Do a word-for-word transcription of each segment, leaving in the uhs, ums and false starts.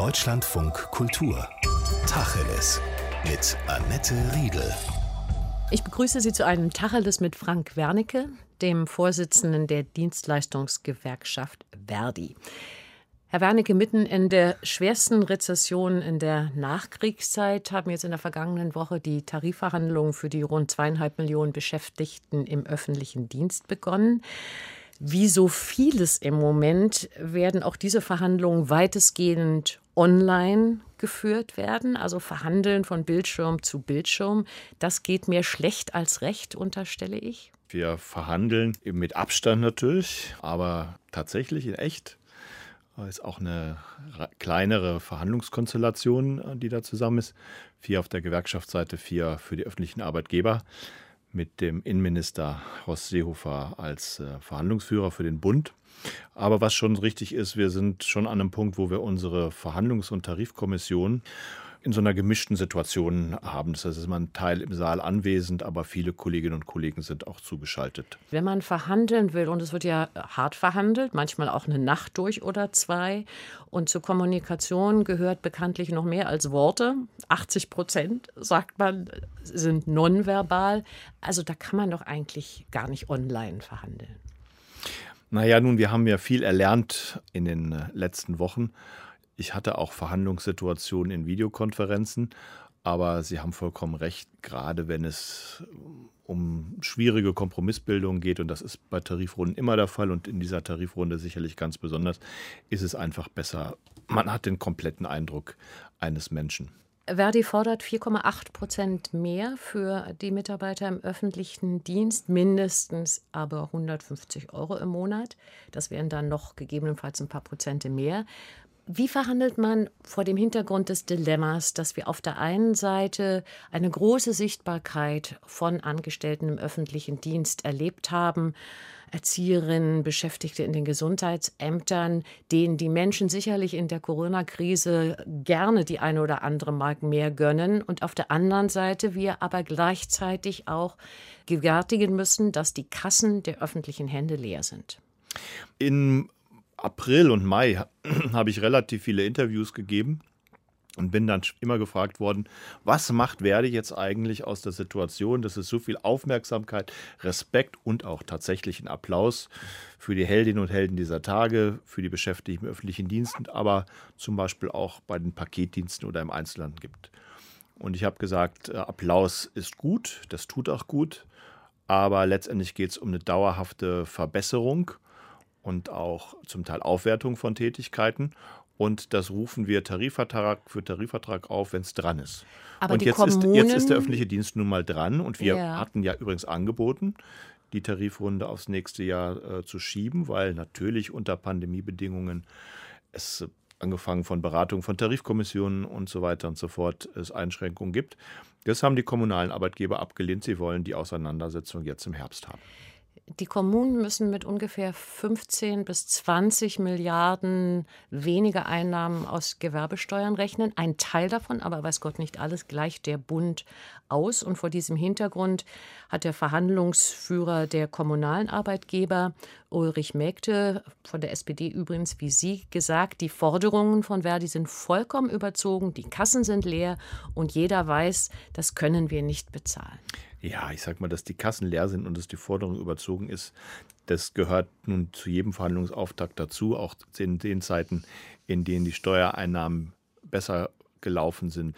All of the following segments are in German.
Deutschlandfunk Kultur. Tacheles. Mit Annette Riedel. Ich begrüße Sie zu einem Tacheles mit Frank Wernicke, dem Vorsitzenden der Dienstleistungsgewerkschaft Verdi. Herr Wernicke, mitten in der schwersten Rezession in der Nachkriegszeit haben jetzt in der vergangenen Woche die Tarifverhandlungen für die rund zweieinhalb Millionen Beschäftigten im öffentlichen Dienst begonnen. Wie so vieles im Moment werden auch diese Verhandlungen weitestgehend online geführt werden, also verhandeln von Bildschirm zu Bildschirm. Das geht mehr schlecht als recht, unterstelle ich. Wir verhandeln eben mit Abstand natürlich, aber tatsächlich in echt. Es ist auch eine kleinere Verhandlungskonstellation, die da zusammen ist. Vier auf der Gewerkschaftsseite, vier für die öffentlichen Arbeitgeber. Mit dem Innenminister Horst Seehofer als äh, Verhandlungsführer für den Bund. Aber was schon richtig ist, wir sind schon an einem Punkt, wo wir unsere Verhandlungs- und Tarifkommission in so einer gemischten Situation haben. Das heißt, es ist mal ein Teil im Saal anwesend, aber viele Kolleginnen und Kollegen sind auch zugeschaltet. Wenn man verhandeln will, und es wird ja hart verhandelt, manchmal auch eine Nacht durch oder zwei, und zur Kommunikation gehört bekanntlich noch mehr als Worte. achtzig Prozent, sagt man, sind nonverbal. Also da kann man doch eigentlich gar nicht online verhandeln. Naja, nun, wir haben ja viel erlernt in den letzten Wochen. Ich hatte auch Verhandlungssituationen in Videokonferenzen, aber Sie haben vollkommen recht, gerade wenn es um schwierige Kompromissbildung geht, und das ist bei Tarifrunden immer der Fall und in dieser Tarifrunde sicherlich ganz besonders, ist es einfach besser. Man hat den kompletten Eindruck eines Menschen. Verdi fordert vier Komma acht Prozent mehr für die Mitarbeiter im öffentlichen Dienst, mindestens aber hundertfünfzig Euro im Monat. Das wären dann noch gegebenenfalls ein paar Prozente mehr. Wie verhandelt man vor dem Hintergrund des Dilemmas, dass wir auf der einen Seite eine große Sichtbarkeit von Angestellten im öffentlichen Dienst erlebt haben, Erzieherinnen, Beschäftigte in den Gesundheitsämtern, denen die Menschen sicherlich in der Corona-Krise gerne die eine oder andere Mark mehr gönnen, und auf der anderen Seite wir aber gleichzeitig auch gewärtigen müssen, dass die Kassen der öffentlichen Hände leer sind? In April und Mai habe ich relativ viele Interviews gegeben und bin dann immer gefragt worden, was macht Verdi jetzt eigentlich aus der Situation, dass es so viel Aufmerksamkeit, Respekt und auch tatsächlichen Applaus für die Heldinnen und Helden dieser Tage, für die Beschäftigten im öffentlichen Dienst, aber zum Beispiel auch bei den Paketdiensten oder im Einzelhandel gibt. Und ich habe gesagt, Applaus ist gut, das tut auch gut, aber letztendlich geht es um eine dauerhafte Verbesserung und auch zum Teil Aufwertung von Tätigkeiten. Und das rufen wir Tarifvertrag für Tarifvertrag auf, wenn es dran ist. Aber und die jetzt, Kommunen, ist, jetzt ist der öffentliche Dienst nun mal dran. Und wir ja. hatten ja übrigens angeboten, die Tarifrunde aufs nächste Jahr äh, zu schieben, weil natürlich unter Pandemiebedingungen es, äh, angefangen von Beratung von Tarifkommissionen und so weiter und so fort, es Einschränkungen gibt. Das haben die kommunalen Arbeitgeber abgelehnt. Sie wollen die Auseinandersetzung jetzt im Herbst haben. Die Kommunen müssen mit ungefähr fünfzehn bis zwanzig Milliarden weniger Einnahmen aus Gewerbesteuern rechnen. Ein Teil davon, aber weiß Gott nicht alles, gleicht der Bund aus. Und vor diesem Hintergrund hat der Verhandlungsführer der kommunalen Arbeitgeber, Ulrich Mägde, von der S P D übrigens wie Sie, gesagt, die Forderungen von Verdi sind vollkommen überzogen, die Kassen sind leer und jeder weiß, das können wir nicht bezahlen. Ja, ich sag mal, dass die Kassen leer sind und dass die Forderung überzogen ist, das gehört nun zu jedem Verhandlungsauftakt dazu, auch in den Zeiten, in denen die Steuereinnahmen besser gelaufen sind.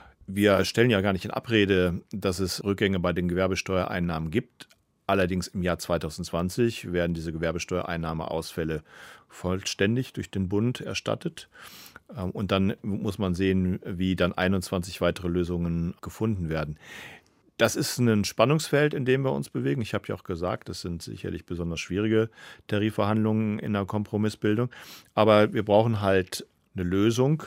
Wir stellen ja gar nicht in Abrede, dass es Rückgänge bei den Gewerbesteuereinnahmen gibt. Allerdings im Jahr zwanzig zwanzig werden diese Gewerbesteuereinnahmeausfälle vollständig durch den Bund erstattet. Und dann muss man sehen, wie dann einundzwanzig weitere Lösungen gefunden werden. Das ist ein Spannungsfeld, in dem wir uns bewegen. Ich habe ja auch gesagt, das sind sicherlich besonders schwierige Tarifverhandlungen in der Kompromissbildung. Aber wir brauchen halt eine Lösung,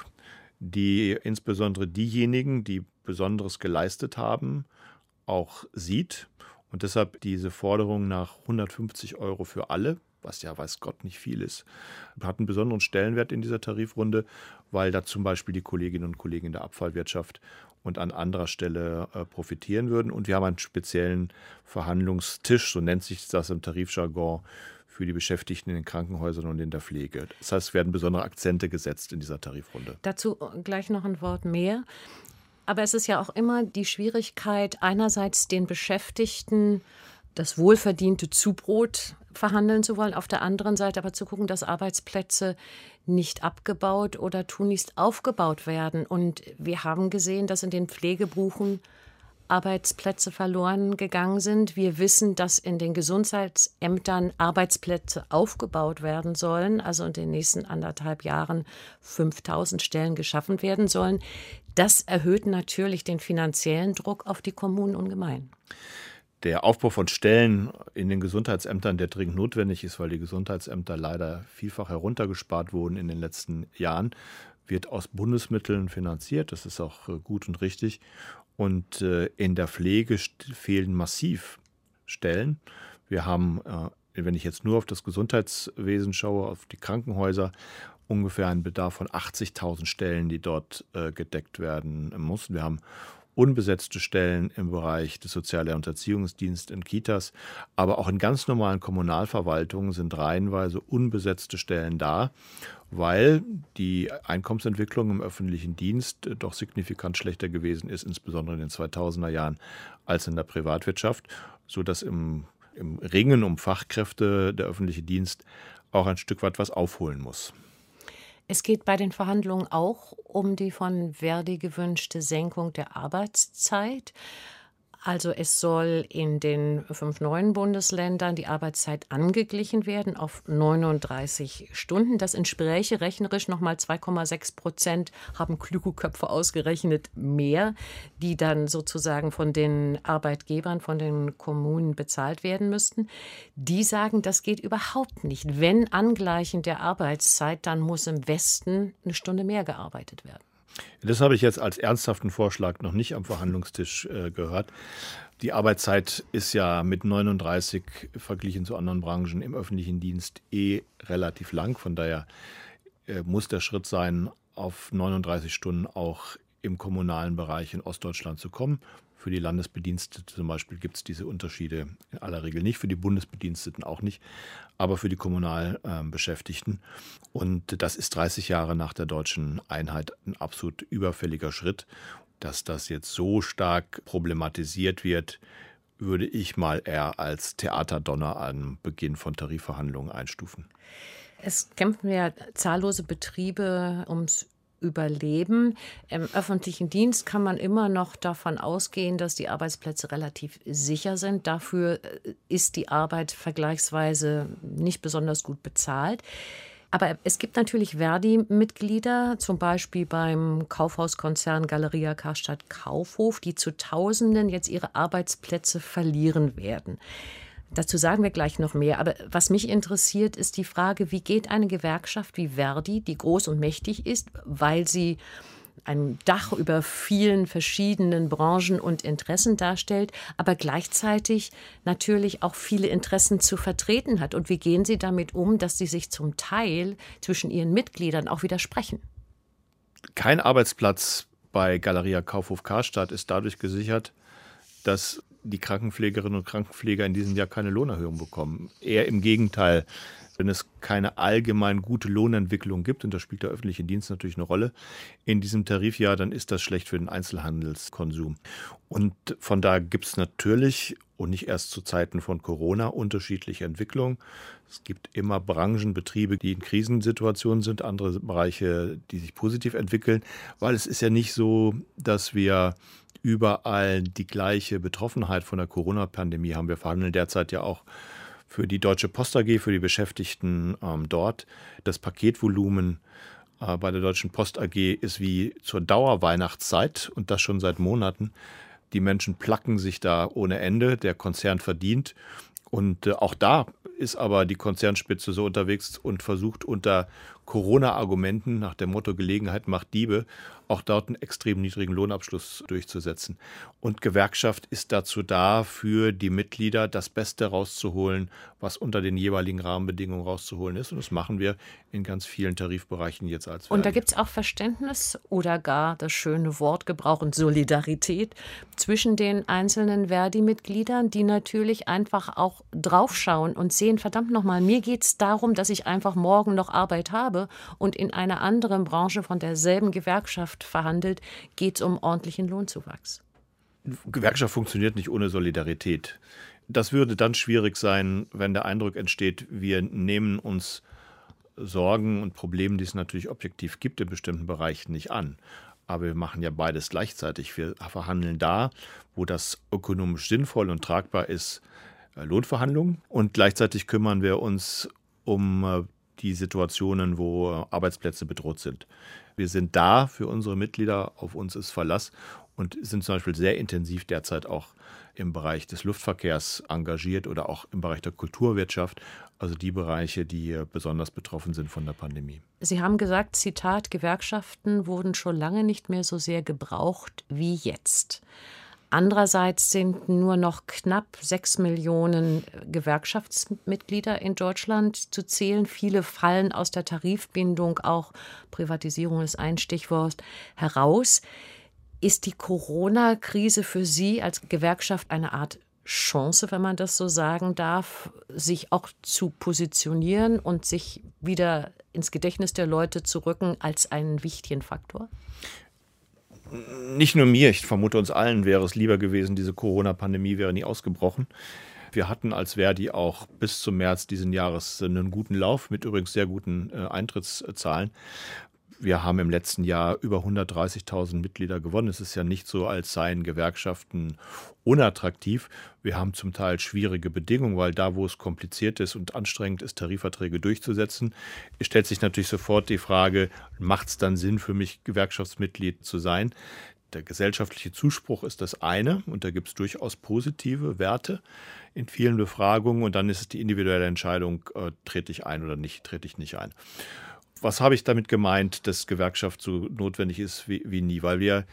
die insbesondere diejenigen, die Besonderes geleistet haben, auch sieht. Und deshalb diese Forderung nach hundertfünfzig Euro für alle, was ja weiß Gott nicht viel ist, hat einen besonderen Stellenwert in dieser Tarifrunde, weil da zum Beispiel die Kolleginnen und Kollegen in der Abfallwirtschaft und an anderer Stelle äh, profitieren würden. Und wir haben einen speziellen Verhandlungstisch, so nennt sich das im Tarifjargon, für die Beschäftigten in den Krankenhäusern und in der Pflege. Das heißt, es werden besondere Akzente gesetzt in dieser Tarifrunde. Dazu gleich noch ein Wort mehr. Aber es ist ja auch immer die Schwierigkeit, einerseits den Beschäftigten das wohlverdiente Zubrot verhandeln zu wollen, auf der anderen Seite aber zu gucken, dass Arbeitsplätze nicht abgebaut oder tunlichst aufgebaut werden. Und wir haben gesehen, dass in den Pflegeberufen Arbeitsplätze verloren gegangen sind. Wir wissen, dass in den Gesundheitsämtern Arbeitsplätze aufgebaut werden sollen, also in den nächsten anderthalb Jahren fünftausend Stellen geschaffen werden sollen. Das erhöht natürlich den finanziellen Druck auf die Kommunen ungemein. Der Aufbau von Stellen in den Gesundheitsämtern, der dringend notwendig ist, weil die Gesundheitsämter leider vielfach heruntergespart wurden in den letzten Jahren, wird aus Bundesmitteln finanziert. Das ist auch gut und richtig. Und in der Pflege fehlen massiv Stellen. Wir haben, wenn ich jetzt nur auf das Gesundheitswesen schaue, auf die Krankenhäuser, ungefähr einen Bedarf von achtzigtausend Stellen, die dort gedeckt werden müssen. Wir haben unbesetzte Stellen im Bereich des Sozial- und Erziehungsdienstes in Kitas, aber auch in ganz normalen Kommunalverwaltungen sind reihenweise unbesetzte Stellen da, weil die Einkommensentwicklung im öffentlichen Dienst doch signifikant schlechter gewesen ist, insbesondere in den zweitausender Jahren, als in der Privatwirtschaft, sodass im, im Ringen um Fachkräfte der öffentliche Dienst auch ein Stück weit was aufholen muss. Es geht bei den Verhandlungen auch um die von Verdi gewünschte Senkung der Arbeitszeit. Also es soll in den fünf neuen Bundesländern die Arbeitszeit angeglichen werden auf neununddreißig Stunden. Das entspräche rechnerisch nochmal zwei Komma sechs Prozent, haben kluge Köpfe ausgerechnet, mehr, die dann sozusagen von den Arbeitgebern, von den Kommunen bezahlt werden müssten. Die sagen, das geht überhaupt nicht. Wenn Angleichen der Arbeitszeit, dann muss im Westen eine Stunde mehr gearbeitet werden. Das habe ich jetzt als ernsthaften Vorschlag noch nicht am Verhandlungstisch äh, gehört. Die Arbeitszeit ist ja mit neununddreißig verglichen zu anderen Branchen im öffentlichen Dienst eh relativ lang. Von daher äh, muss der Schritt sein, auf neununddreißig Stunden auch im kommunalen Bereich in Ostdeutschland zu kommen. Für die Landesbediensteten zum Beispiel gibt es diese Unterschiede in aller Regel nicht, für die Bundesbediensteten auch nicht, aber für die Kommunalbeschäftigten. Äh, Und das ist dreißig Jahre nach der deutschen Einheit ein absolut überfälliger Schritt. Dass das jetzt so stark problematisiert wird, würde ich mal eher als Theaterdonner am Beginn von Tarifverhandlungen einstufen. Es kämpfen ja zahllose Betriebe ums Überleben. Im öffentlichen Dienst kann man immer noch davon ausgehen, dass die Arbeitsplätze relativ sicher sind. Dafür ist die Arbeit vergleichsweise nicht besonders gut bezahlt. Aber es gibt natürlich Verdi-Mitglieder, zum Beispiel beim Kaufhauskonzern Galeria Karstadt Kaufhof, die zu Tausenden jetzt ihre Arbeitsplätze verlieren werden. Dazu sagen wir gleich noch mehr. Aber was mich interessiert, ist die Frage, wie geht eine Gewerkschaft wie Verdi, die groß und mächtig ist, weil sie ein Dach über vielen verschiedenen Branchen und Interessen darstellt, aber gleichzeitig natürlich auch viele Interessen zu vertreten hat. Und wie gehen Sie damit um, dass sie sich zum Teil zwischen ihren Mitgliedern auch widersprechen? Kein Arbeitsplatz bei Galeria Kaufhof Karstadt ist dadurch gesichert, dass die Krankenpflegerinnen und Krankenpfleger in diesem Jahr keine Lohnerhöhung bekommen. Eher im Gegenteil. Wenn es keine allgemein gute Lohnentwicklung gibt, und da spielt der öffentliche Dienst natürlich eine Rolle, in diesem Tarifjahr, dann ist das schlecht für den Einzelhandelskonsum. Und von da gibt es natürlich, und nicht erst zu Zeiten von Corona, unterschiedliche Entwicklungen. Es gibt immer Branchen, Betriebe, die in Krisensituationen sind, andere Bereiche, die sich positiv entwickeln, weil es ist ja nicht so, dass wir überall die gleiche Betroffenheit von der Corona-Pandemie haben. Wir verhandeln derzeit ja auch für die Deutsche Post A G, für die Beschäftigten ähm, dort. Das Paketvolumen äh, bei der Deutschen Post A G ist wie zur Dauerweihnachtszeit und das schon seit Monaten. Die Menschen placken sich da ohne Ende, der Konzern verdient. Und äh, auch da ist aber die Konzernspitze so unterwegs und versucht unter Corona-Argumenten nach dem Motto Gelegenheit macht Diebe, auch dort einen extrem niedrigen Lohnabschluss durchzusetzen. Und Gewerkschaft ist dazu da, für die Mitglieder das Beste rauszuholen, was unter den jeweiligen Rahmenbedingungen rauszuholen ist. Und das machen wir in ganz vielen Tarifbereichen jetzt als Verdi. Und da gibt es auch Verständnis oder gar das schöne Wortgebrauch und Solidarität zwischen den einzelnen Verdi-Mitgliedern, die natürlich einfach auch draufschauen und sehen, verdammt nochmal, mir geht es darum, dass ich einfach morgen noch Arbeit habe und in einer anderen Branche von derselben Gewerkschaft verhandelt, geht es um ordentlichen Lohnzuwachs. Gewerkschaft funktioniert nicht ohne Solidarität. Das würde dann schwierig sein, wenn der Eindruck entsteht, wir nehmen uns Sorgen und Probleme, die es natürlich objektiv gibt in bestimmten Bereichen, nicht an. Aber wir machen ja beides gleichzeitig. Wir verhandeln da, wo das ökonomisch sinnvoll und tragbar ist, Lohnverhandlungen. Und gleichzeitig kümmern wir uns um die Situationen, wo Arbeitsplätze bedroht sind. Wir sind da für unsere Mitglieder, auf uns ist Verlass und sind zum Beispiel sehr intensiv derzeit auch im Bereich des Luftverkehrs engagiert oder auch im Bereich der Kulturwirtschaft, also die Bereiche, die besonders betroffen sind von der Pandemie. Sie haben gesagt, Zitat, Gewerkschaften wurden schon lange nicht mehr so sehr gebraucht wie jetzt. Andererseits sind nur noch knapp sechs Millionen Gewerkschaftsmitglieder in Deutschland zu zählen. Viele fallen aus der Tarifbindung, auch Privatisierung ist ein Stichwort, heraus. Ist die Corona-Krise für Sie als Gewerkschaft eine Art Chance, wenn man das so sagen darf, sich auch zu positionieren und sich wieder ins Gedächtnis der Leute zu rücken als einen wichtigen Faktor? Nicht nur mir, ich vermute uns allen wäre es lieber gewesen, diese Corona-Pandemie wäre nie ausgebrochen. Wir hatten als Verdi auch bis zum März diesen Jahres einen guten Lauf mit übrigens sehr guten äh, Eintrittszahlen. Wir haben im letzten Jahr über hundertdreißigtausend Mitglieder gewonnen. Es ist ja nicht so, als seien Gewerkschaften unattraktiv. Wir haben zum Teil schwierige Bedingungen, weil da, wo es kompliziert ist und anstrengend ist, Tarifverträge durchzusetzen, stellt sich natürlich sofort die Frage, macht es dann Sinn für mich, Gewerkschaftsmitglied zu sein? Der gesellschaftliche Zuspruch ist das eine und da gibt es durchaus positive Werte in vielen Befragungen und dann ist es die individuelle Entscheidung, äh, trete ich ein oder nicht, trete ich nicht ein. Was habe ich damit gemeint, dass Gewerkschaft so notwendig ist wie, wie nie? Weil wir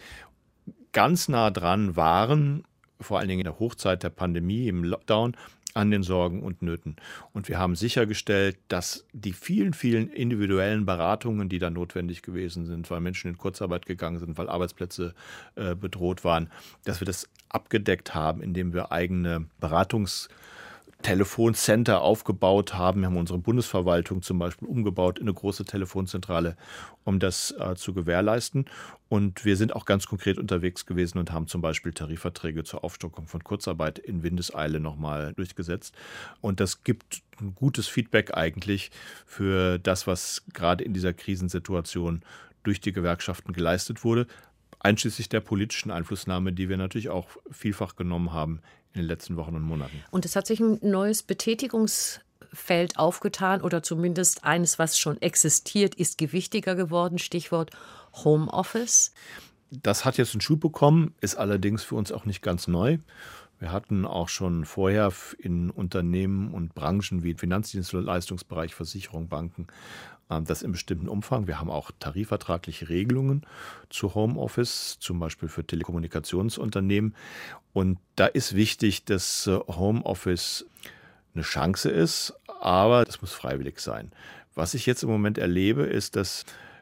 ganz nah dran waren, vor allen Dingen in der Hochzeit der Pandemie, im Lockdown, an den Sorgen und Nöten. Und wir haben sichergestellt, dass die vielen, vielen individuellen Beratungen, die da notwendig gewesen sind, weil Menschen in Kurzarbeit gegangen sind, weil Arbeitsplätze äh, bedroht waren, dass wir das abgedeckt haben, indem wir eigene Beratungs- Telefoncenter aufgebaut haben. Wir haben unsere Bundesverwaltung zum Beispiel umgebaut in eine große Telefonzentrale, um das äh, zu gewährleisten. Und wir sind auch ganz konkret unterwegs gewesen und haben zum Beispiel Tarifverträge zur Aufstockung von Kurzarbeit in Windeseile nochmal durchgesetzt. Und das gibt ein gutes Feedback eigentlich für das, was gerade in dieser Krisensituation durch die Gewerkschaften geleistet wurde, einschließlich der politischen Einflussnahme, die wir natürlich auch vielfach genommen haben in den letzten Wochen und Monaten. Und es hat sich ein neues Betätigungsfeld aufgetan oder zumindest eines, was schon existiert, ist gewichtiger geworden. Stichwort Homeoffice. Das hat jetzt einen Schub bekommen, ist allerdings für uns auch nicht ganz neu. Wir hatten auch schon vorher in Unternehmen und Branchen wie Finanzdienstleistungsbereich, Versicherung, Banken das in bestimmten Umfang. Wir haben auch tarifvertragliche Regelungen zu Homeoffice, zum Beispiel für Telekommunikationsunternehmen. Und da ist wichtig, dass Homeoffice eine Chance ist, aber das muss freiwillig sein. Was ich jetzt im Moment erlebe, ist, dass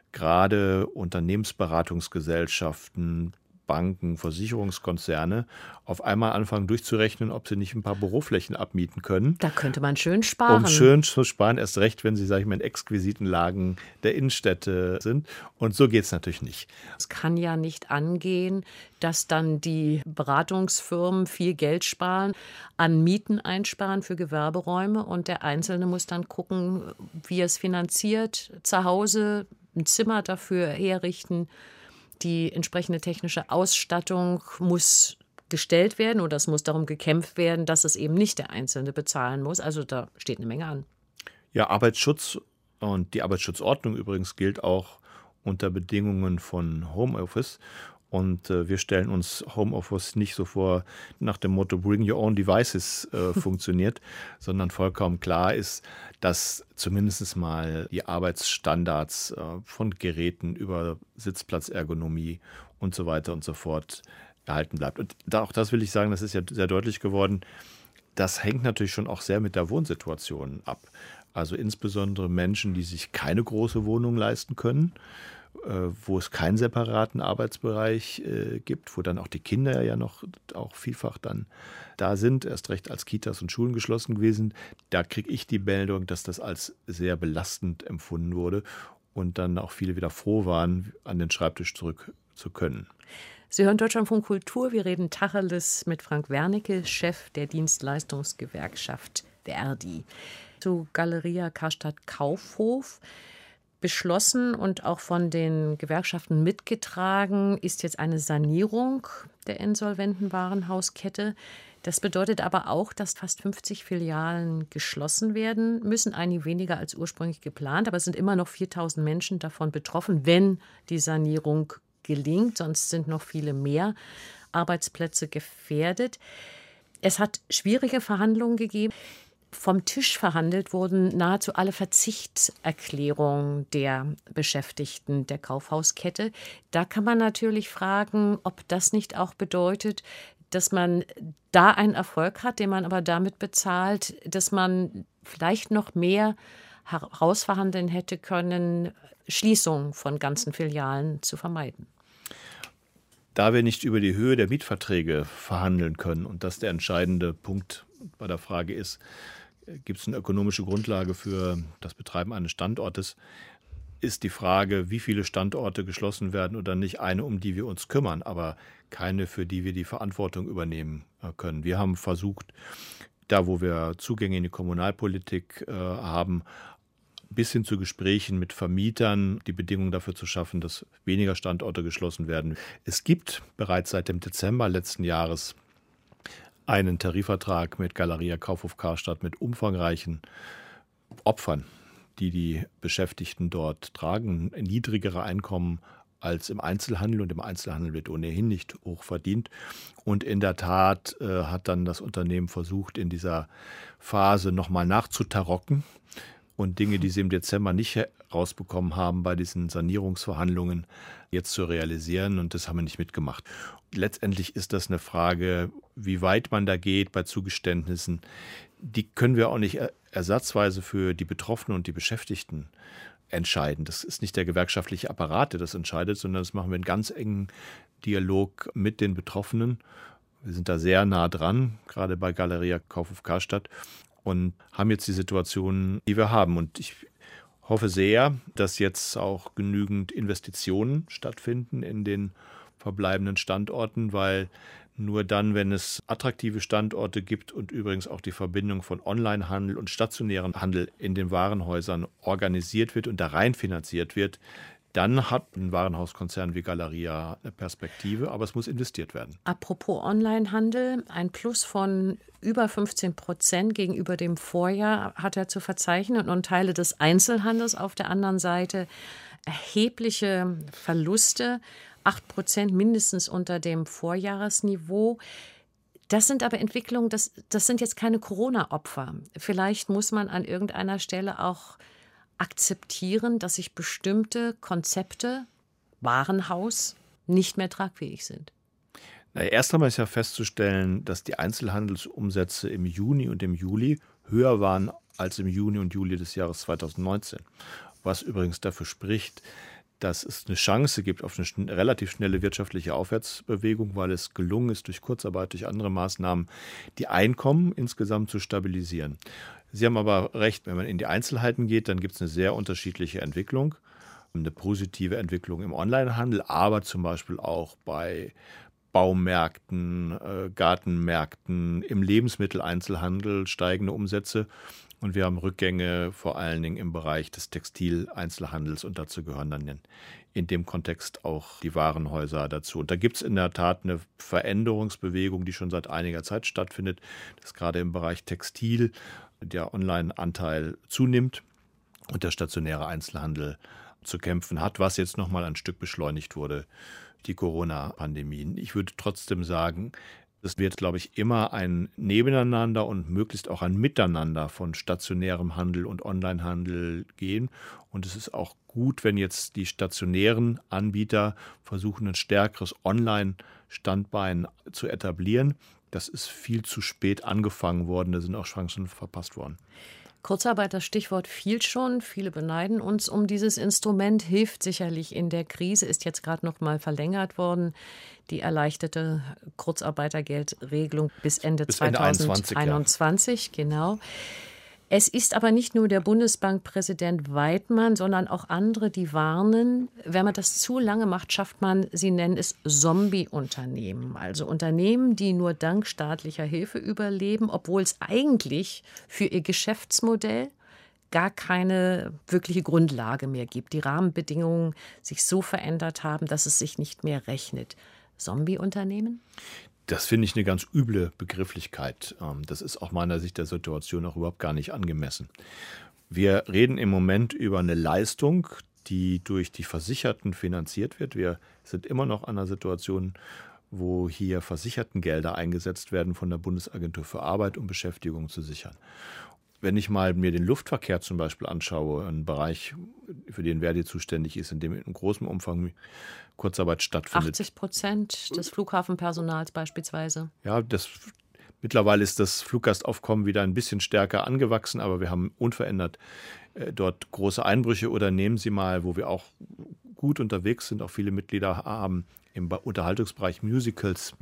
gerade Unternehmensberatungsgesellschaften, Banken, Versicherungskonzerne auf einmal anfangen durchzurechnen, ob sie nicht ein paar Büroflächen abmieten können. Da könnte man schön sparen. Um schön zu sparen, erst recht, wenn sie, sage ich mal, in exquisiten Lagen der Innenstädte sind. Und so geht es natürlich nicht. Es kann ja nicht angehen, dass dann die Beratungsfirmen viel Geld sparen, an Mieten einsparen für Gewerberäume und der Einzelne muss dann gucken, wie er es finanziert, zu Hause ein Zimmer dafür herrichten. Die entsprechende technische Ausstattung muss gestellt werden oder es muss darum gekämpft werden, dass es eben nicht der Einzelne bezahlen muss. Also da steht eine Menge an. Ja, Arbeitsschutz und die Arbeitsschutzordnung übrigens gilt auch unter Bedingungen von Homeoffice. Und äh, wir stellen uns Homeoffice nicht so vor nach dem Motto Bring Your Own Devices äh, funktioniert, sondern vollkommen klar ist, dass zumindest mal die Arbeitsstandards äh, von Geräten über Sitzplatzergonomie und so weiter und so fort erhalten bleibt. Und da, auch das will ich sagen, das ist ja sehr deutlich geworden, das hängt natürlich schon auch sehr mit der Wohnsituation ab. Also insbesondere Menschen, die sich keine große Wohnung leisten können, wo es keinen separaten Arbeitsbereich äh, gibt, wo dann auch die Kinder ja noch auch vielfach dann da sind, erst recht als Kitas und Schulen geschlossen gewesen. Da kriege ich die Meldung, dass das als sehr belastend empfunden wurde und dann auch viele wieder froh waren, an den Schreibtisch zurück zu können. Sie hören Deutschlandfunk Kultur. Wir reden Tacheles mit Frank Wernicke, Chef der Dienstleistungsgewerkschaft Verdi. Zu Galeria Karstadt Kaufhof. Beschlossen und auch von den Gewerkschaften mitgetragen ist jetzt eine Sanierung der insolventen Warenhauskette. Das bedeutet aber auch, dass fast fünfzig Filialen geschlossen werden müssen, einige weniger als ursprünglich geplant, aber es sind immer noch viertausend Menschen davon betroffen, wenn die Sanierung gelingt, sonst sind noch viele mehr Arbeitsplätze gefährdet. Es hat schwierige Verhandlungen gegeben. Vom Tisch verhandelt wurden nahezu alle Verzichtserklärungen der Beschäftigten der Kaufhauskette. Da kann man natürlich fragen, ob das nicht auch bedeutet, dass man da einen Erfolg hat, den man aber damit bezahlt, dass man vielleicht noch mehr herausverhandeln hätte können, Schließungen von ganzen Filialen zu vermeiden. Da wir nicht über die Höhe der Mietverträge verhandeln können und das der entscheidende Punkt bei der Frage ist, gibt es eine ökonomische Grundlage für das Betreiben eines Standortes, ist die Frage, wie viele Standorte geschlossen werden oder nicht, eine, um die wir uns kümmern, aber keine, für die wir die Verantwortung übernehmen können. Wir haben versucht, da wo wir Zugänge in die Kommunalpolitik äh, haben, bis hin zu Gesprächen mit Vermietern die Bedingungen dafür zu schaffen, dass weniger Standorte geschlossen werden. Es gibt bereits seit dem Dezember letzten Jahres einen Tarifvertrag mit Galeria Kaufhof Karstadt mit umfangreichen Opfern, die die Beschäftigten dort tragen, niedrigere Einkommen als im Einzelhandel. Und im Einzelhandel wird ohnehin nicht hoch verdient. Und in der Tat äh, hat dann das Unternehmen versucht, in dieser Phase nochmal nachzutarocken und Dinge, die sie im Dezember nicht rausbekommen haben, bei diesen Sanierungsverhandlungen jetzt zu realisieren. Und das haben wir nicht mitgemacht. Letztendlich ist das eine Frage, wie weit man da geht bei Zugeständnissen. Die können wir auch nicht ersatzweise für die Betroffenen und die Beschäftigten entscheiden. Das ist nicht der gewerkschaftliche Apparat, der das entscheidet, sondern das machen wir in ganz engen Dialog mit den Betroffenen. Wir sind da sehr nah dran, gerade bei Galeria Kaufhof Karstadt, und haben jetzt die Situation, die wir haben. Und ich hoffe sehr, dass jetzt auch genügend Investitionen stattfinden in den verbleibenden Standorten, weil nur dann, wenn es attraktive Standorte gibt und übrigens auch die Verbindung von Onlinehandel und stationären Handel in den Warenhäusern organisiert wird und da rein finanziert wird, dann hat ein Warenhauskonzern wie Galeria eine Perspektive, aber es muss investiert werden. Apropos Onlinehandel, ein Plus von über fünfzehn Prozent gegenüber dem Vorjahr hat er zu verzeichnen und Teile des Einzelhandels auf der anderen Seite erhebliche Verluste, acht Prozent mindestens unter dem Vorjahresniveau. Das sind aber Entwicklungen, das, das sind jetzt keine Corona-Opfer. Vielleicht muss man an irgendeiner Stelle auch akzeptieren, dass sich bestimmte Konzepte, Warenhaus, nicht mehr tragfähig sind. Na, erst einmal ist ja festzustellen, dass die Einzelhandelsumsätze im Juni und im Juli höher waren als im Juni und Juli des Jahres zweitausendneunzehn. Was übrigens dafür spricht, dass es eine Chance gibt auf eine schn- relativ schnelle wirtschaftliche Aufwärtsbewegung, weil es gelungen ist, durch Kurzarbeit, durch andere Maßnahmen, die Einkommen insgesamt zu stabilisieren. Sie haben aber recht, wenn man in die Einzelheiten geht, dann gibt es eine sehr unterschiedliche Entwicklung. Eine positive Entwicklung im Onlinehandel, aber zum Beispiel auch bei Baumärkten, äh, Gartenmärkten, im Lebensmitteleinzelhandel steigende Umsätze. Und wir haben Rückgänge vor allen Dingen im Bereich des Textileinzelhandels und dazu gehören dann in, in dem Kontext auch die Warenhäuser dazu. Und da gibt es in der Tat eine Veränderungsbewegung, die schon seit einiger Zeit stattfindet, dass gerade im Bereich Textil der Online-Anteil zunimmt und der stationäre Einzelhandel zu kämpfen hat, was jetzt nochmal ein Stück beschleunigt wurde, die Corona-Pandemie. Ich würde trotzdem sagen, es wird, glaube ich, immer ein Nebeneinander und möglichst auch ein Miteinander von stationärem Handel und Onlinehandel gehen. Und es ist auch gut, wenn jetzt die stationären Anbieter versuchen, ein stärkeres Online-Standbein zu etablieren. Das ist viel zu spät angefangen worden, da sind auch Chancen verpasst worden. Kurzarbeit, das Stichwort fiel schon. Viele beneiden uns um dieses Instrument, hilft sicherlich in der Krise, ist jetzt gerade noch mal verlängert worden. Die erleichterte Kurzarbeitergeldregelung bis Ende bis Ende zweitausendeinundzwanzig, ja. Genau. Es ist aber nicht nur der Bundesbankpräsident Weidmann, sondern auch andere, die warnen, wenn man das zu lange macht, schafft man, sie nennen es Zombie-Unternehmen. Also Unternehmen, die nur dank staatlicher Hilfe überleben, obwohl es eigentlich für ihr Geschäftsmodell gar keine wirkliche Grundlage mehr gibt. Die Rahmenbedingungen sich so verändert haben, dass es sich nicht mehr rechnet. Zombie-Unternehmen? Das finde ich eine ganz üble Begrifflichkeit. Das ist aus meiner Sicht der Situation auch überhaupt gar nicht angemessen. Wir reden im Moment über eine Leistung, die durch die Versicherten finanziert wird. Wir sind immer noch an einer Situation, wo hier Versichertengelder eingesetzt werden von der Bundesagentur für Arbeit, um Beschäftigung zu sichern. Wenn ich mal mir den Luftverkehr zum Beispiel anschaue, einen Bereich, für den Verdi zuständig ist, in dem in großem Umfang Kurzarbeit stattfindet. achtzig Prozent des Flughafenpersonals beispielsweise. Ja, das, mittlerweile ist das Fluggastaufkommen wieder ein bisschen stärker angewachsen, aber wir haben unverändert äh, dort große Einbrüche. Oder nehmen Sie mal, wo wir auch gut unterwegs sind, auch viele Mitglieder haben im Unterhaltungsbereich Musicals,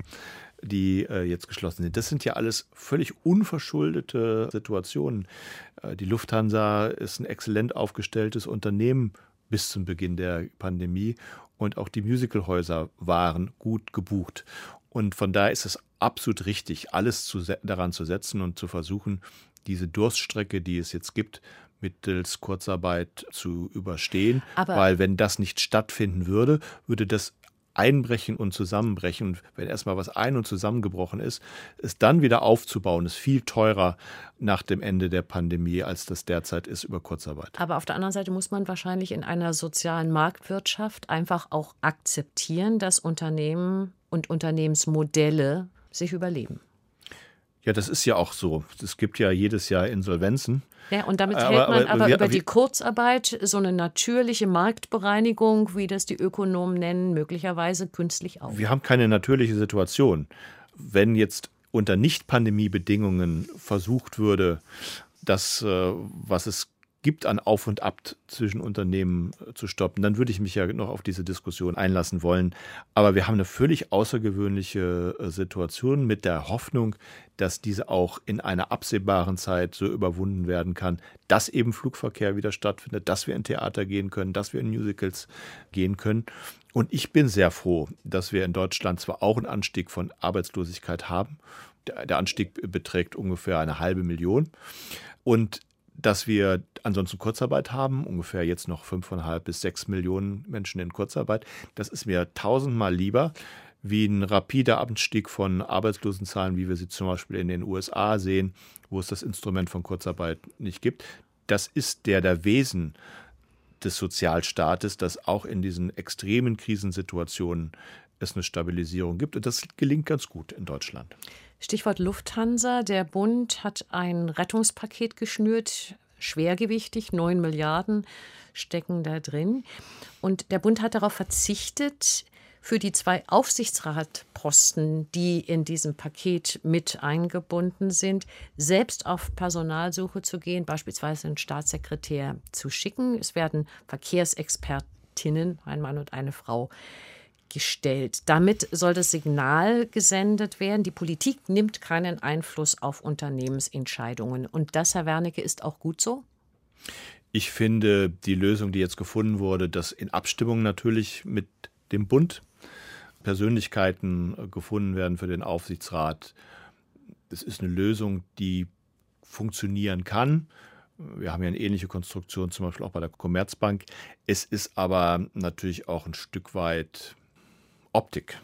die äh, jetzt geschlossen sind. Das sind ja alles völlig unverschuldete Situationen. Äh, die Lufthansa ist ein exzellent aufgestelltes Unternehmen bis zum Beginn der Pandemie und auch die Musicalhäuser waren gut gebucht. Und von daher ist es absolut richtig, alles zu, daran zu setzen und zu versuchen, diese Durststrecke, die es jetzt gibt, mittels Kurzarbeit zu überstehen. Aber weil wenn das nicht stattfinden würde, würde das einbrechen und zusammenbrechen. Und wenn erstmal was ein- und zusammengebrochen ist, es dann wieder aufzubauen, ist viel teurer nach dem Ende der Pandemie, als das derzeit ist über Kurzarbeit. Aber auf der anderen Seite muss man wahrscheinlich in einer sozialen Marktwirtschaft einfach auch akzeptieren, dass Unternehmen und Unternehmensmodelle sich überleben. Ja, das ist ja auch so. Es gibt ja jedes Jahr Insolvenzen. Ja, und damit aber, hält man aber, aber wir, über die wir, Kurzarbeit so eine natürliche Marktbereinigung, wie das die Ökonomen nennen, möglicherweise künstlich auf. Wir haben keine natürliche Situation. Wenn jetzt unter Nicht-Pandemie-Bedingungen versucht würde, das, was es gibt an Auf und Ab zwischen Unternehmen zu stoppen, dann würde ich mich ja noch auf diese Diskussion einlassen wollen. Aber wir haben eine völlig außergewöhnliche Situation mit der Hoffnung, dass diese auch in einer absehbaren Zeit so überwunden werden kann, dass eben Flugverkehr wieder stattfindet, dass wir in Theater gehen können, dass wir in Musicals gehen können. Und ich bin sehr froh, dass wir in Deutschland zwar auch einen Anstieg von Arbeitslosigkeit haben, der, der Anstieg beträgt ungefähr eine halbe Million, und dass wir ansonsten Kurzarbeit haben, ungefähr jetzt noch fünfeinhalb bis sechs Millionen Menschen in Kurzarbeit. Das ist mir tausendmal lieber wie ein rapider Anstieg von Arbeitslosenzahlen, wie wir sie zum Beispiel in den U S A sehen, wo es das Instrument von Kurzarbeit nicht gibt. Das ist der, der Wesen des Sozialstaates, dass auch in diesen extremen Krisensituationen es eine Stabilisierung gibt. Und das gelingt ganz gut in Deutschland. Stichwort Lufthansa. Der Bund hat ein Rettungspaket geschnürt, schwergewichtig, neun Milliarden stecken da drin. Und der Bund hat darauf verzichtet, für die zwei Aufsichtsratposten, die in diesem Paket mit eingebunden sind, selbst auf Personalsuche zu gehen, beispielsweise einen Staatssekretär zu schicken. Es werden Verkehrsexpertinnen, ein Mann und eine Frau, gestellt. Damit soll das Signal gesendet werden, die Politik nimmt keinen Einfluss auf Unternehmensentscheidungen. Und das, Herr Wernicke, ist auch gut so? Ich finde die Lösung, die jetzt gefunden wurde, dass in Abstimmung natürlich mit dem Bund Persönlichkeiten gefunden werden für den Aufsichtsrat. Das ist eine Lösung, die funktionieren kann. Wir haben ja eine ähnliche Konstruktion, zum Beispiel auch bei der Commerzbank. Es ist aber natürlich auch ein Stück weit Optik,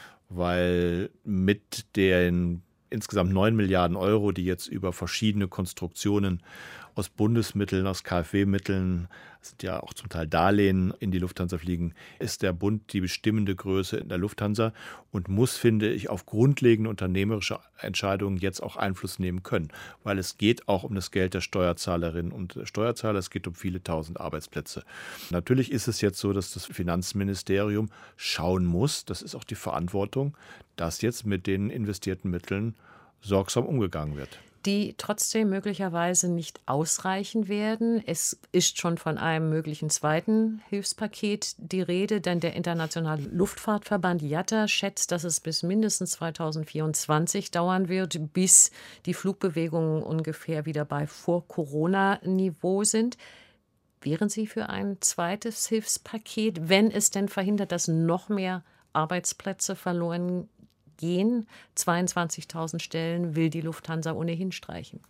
weil mit den insgesamt neun Milliarden Euro, die jetzt über verschiedene Konstruktionen aus Bundesmitteln, aus K f W-Mitteln, das sind ja auch zum Teil Darlehen, in die Lufthansa fliegen, ist der Bund die bestimmende Größe in der Lufthansa und muss, finde ich, auf grundlegende unternehmerische Entscheidungen jetzt auch Einfluss nehmen können. Weil es geht auch um das Geld der Steuerzahlerinnen und Steuerzahler, es geht um viele tausend Arbeitsplätze. Natürlich ist es jetzt so, dass das Finanzministerium schauen muss, das ist auch die Verantwortung, dass jetzt mit den investierten Mitteln sorgsam umgegangen wird. Die trotzdem möglicherweise nicht ausreichen werden. Es ist schon von einem möglichen zweiten Hilfspaket die Rede, denn der Internationale Luftfahrtverband I A T A schätzt, dass es bis mindestens zweitausendvierundzwanzig dauern wird, bis die Flugbewegungen ungefähr wieder bei Vor-Corona-Niveau sind. Wären Sie für ein zweites Hilfspaket, wenn es denn verhindert, dass noch mehr Arbeitsplätze verloren gehen? Gehen. zweiundzwanzigtausend Stellen will die Lufthansa ohnehin streichen.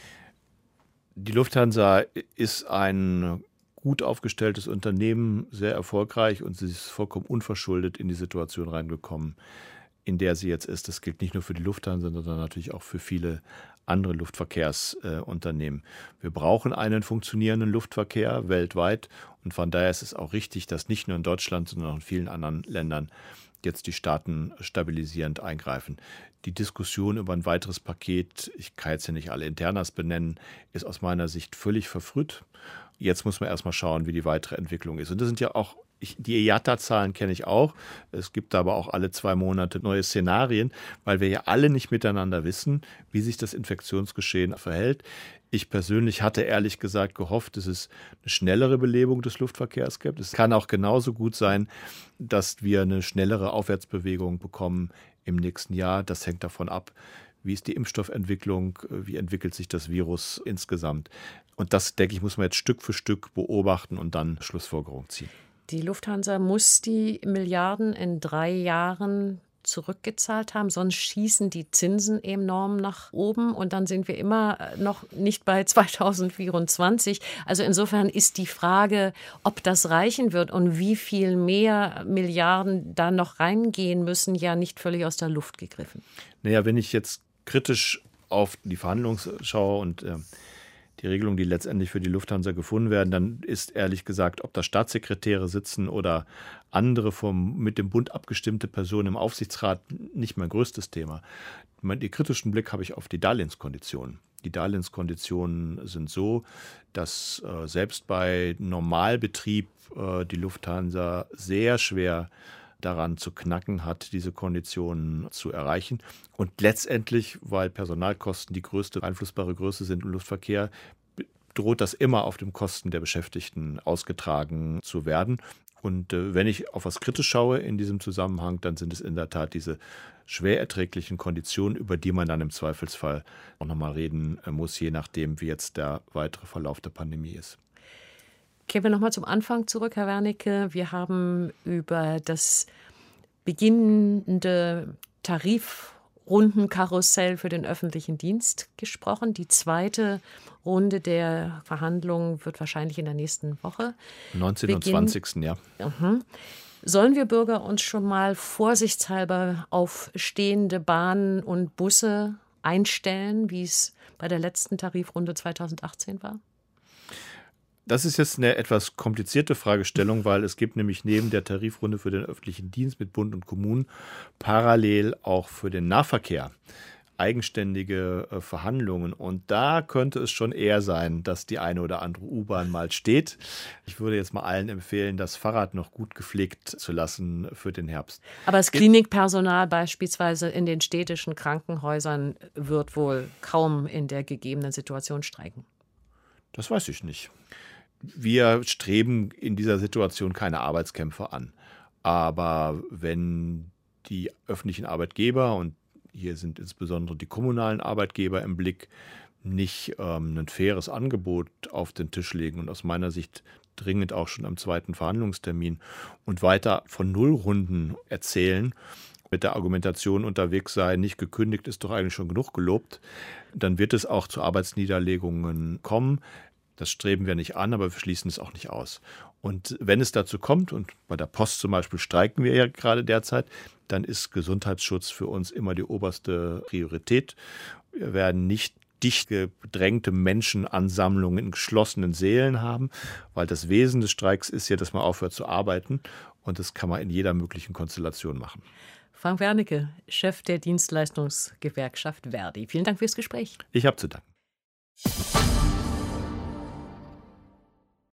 Die Lufthansa ist ein gut aufgestelltes Unternehmen, sehr erfolgreich und sie ist vollkommen unverschuldet in die Situation reingekommen, in der sie jetzt ist. Das gilt nicht nur für die Lufthansa, sondern natürlich auch für viele andere Luftverkehrsunternehmen. Äh, Wir brauchen einen funktionierenden Luftverkehr weltweit und von daher ist es auch richtig, dass nicht nur in Deutschland, sondern auch in vielen anderen Ländern jetzt die Staaten stabilisierend eingreifen. Die Diskussion über ein weiteres Paket, ich kann jetzt ja nicht alle Internas benennen, ist aus meiner Sicht völlig verfrüht. Jetzt muss man erstmal schauen, wie die weitere Entwicklung ist. Und das sind ja auch, ich, die I A T A-Zahlen kenne ich auch. Es gibt aber auch alle zwei Monate neue Szenarien, weil wir ja alle nicht miteinander wissen, wie sich das Infektionsgeschehen verhält. Ich persönlich hatte ehrlich gesagt gehofft, dass es eine schnellere Belebung des Luftverkehrs gibt. Es kann auch genauso gut sein, dass wir eine schnellere Aufwärtsbewegung bekommen im nächsten Jahr. Das hängt davon ab, wie ist die Impfstoffentwicklung, wie entwickelt sich das Virus insgesamt. Und das, denke ich, muss man jetzt Stück für Stück beobachten und dann Schlussfolgerungen ziehen. Die Lufthansa muss die Milliarden in drei Jahren zurückgezahlt haben, sonst schießen die Zinsen enorm nach oben und dann sind wir immer noch nicht bei zweitausendvierundzwanzig. Also insofern ist die Frage, ob das reichen wird und wie viel mehr Milliarden da noch reingehen müssen, ja nicht völlig aus der Luft gegriffen. Naja, wenn ich jetzt kritisch auf die Verhandlungen schaue und äh, die Regelungen, die letztendlich für die Lufthansa gefunden werden, dann ist ehrlich gesagt, ob da Staatssekretäre sitzen oder andere vom, mit dem Bund abgestimmte Personen im Aufsichtsrat, nicht mein größtes Thema. Den kritischen Blick habe ich auf die Darlehenskonditionen. Die Darlehenskonditionen sind so, dass äh, selbst bei Normalbetrieb äh, die Lufthansa sehr schwer daran zu knacken hat, diese Konditionen zu erreichen. Und letztendlich, weil Personalkosten die größte einflussbare Größe sind im Luftverkehr, droht das immer auf den Kosten der Beschäftigten ausgetragen zu werden. Und äh, wenn ich auf was kritisch schaue in diesem Zusammenhang, dann sind es in der Tat diese schwer erträglichen Konditionen, über die man dann im Zweifelsfall auch nochmal reden muss, je nachdem, wie jetzt der weitere Verlauf der Pandemie ist. Kehren wir nochmal zum Anfang zurück, Herr Wernicke. Wir haben über das beginnende Tarifrundenkarussell für den öffentlichen Dienst gesprochen. Die zweite Runde der Verhandlungen wird wahrscheinlich in der nächsten Woche neunzehnten und zwanzigsten Ja. Mhm. Sollen wir Bürger uns schon mal vorsichtshalber auf stehende Bahnen und Busse einstellen, wie es bei der letzten Tarifrunde zweitausendachtzehn war? Das ist jetzt eine etwas komplizierte Fragestellung, weil es gibt nämlich neben der Tarifrunde für den öffentlichen Dienst mit Bund und Kommunen parallel auch für den Nahverkehr eigenständige äh, Verhandlungen. Und da könnte es schon eher sein, dass die eine oder andere U-Bahn mal steht. Ich würde jetzt mal allen empfehlen, das Fahrrad noch gut gepflegt zu lassen für den Herbst. Aber das Klinikpersonal beispielsweise in den städtischen Krankenhäusern wird wohl kaum in der gegebenen Situation streiken. Das weiß ich nicht. Wir streben in dieser Situation keine Arbeitskämpfe an. Aber wenn die öffentlichen Arbeitgeber, und hier sind insbesondere die kommunalen Arbeitgeber im Blick, nicht ähm, ein faires Angebot auf den Tisch legen und aus meiner Sicht dringend auch schon am zweiten Verhandlungstermin und weiter von Nullrunden erzählen, mit der Argumentation unterwegs sei, nicht gekündigt, ist doch eigentlich schon genug gelobt, dann wird es auch zu Arbeitsniederlegungen kommen. Das streben wir nicht an, aber wir schließen es auch nicht aus. Und wenn es dazu kommt, und bei der Post zum Beispiel streiken wir ja gerade derzeit, dann ist Gesundheitsschutz für uns immer die oberste Priorität. Wir werden nicht dicht gedrängte Menschenansammlungen in geschlossenen Sälen haben, weil das Wesen des Streiks ist ja, dass man aufhört zu arbeiten und das kann man in jeder möglichen Konstellation machen. Frank Wernicke, Chef der Dienstleistungsgewerkschaft Verdi. Vielen Dank fürs Gespräch. Ich habe zu danken.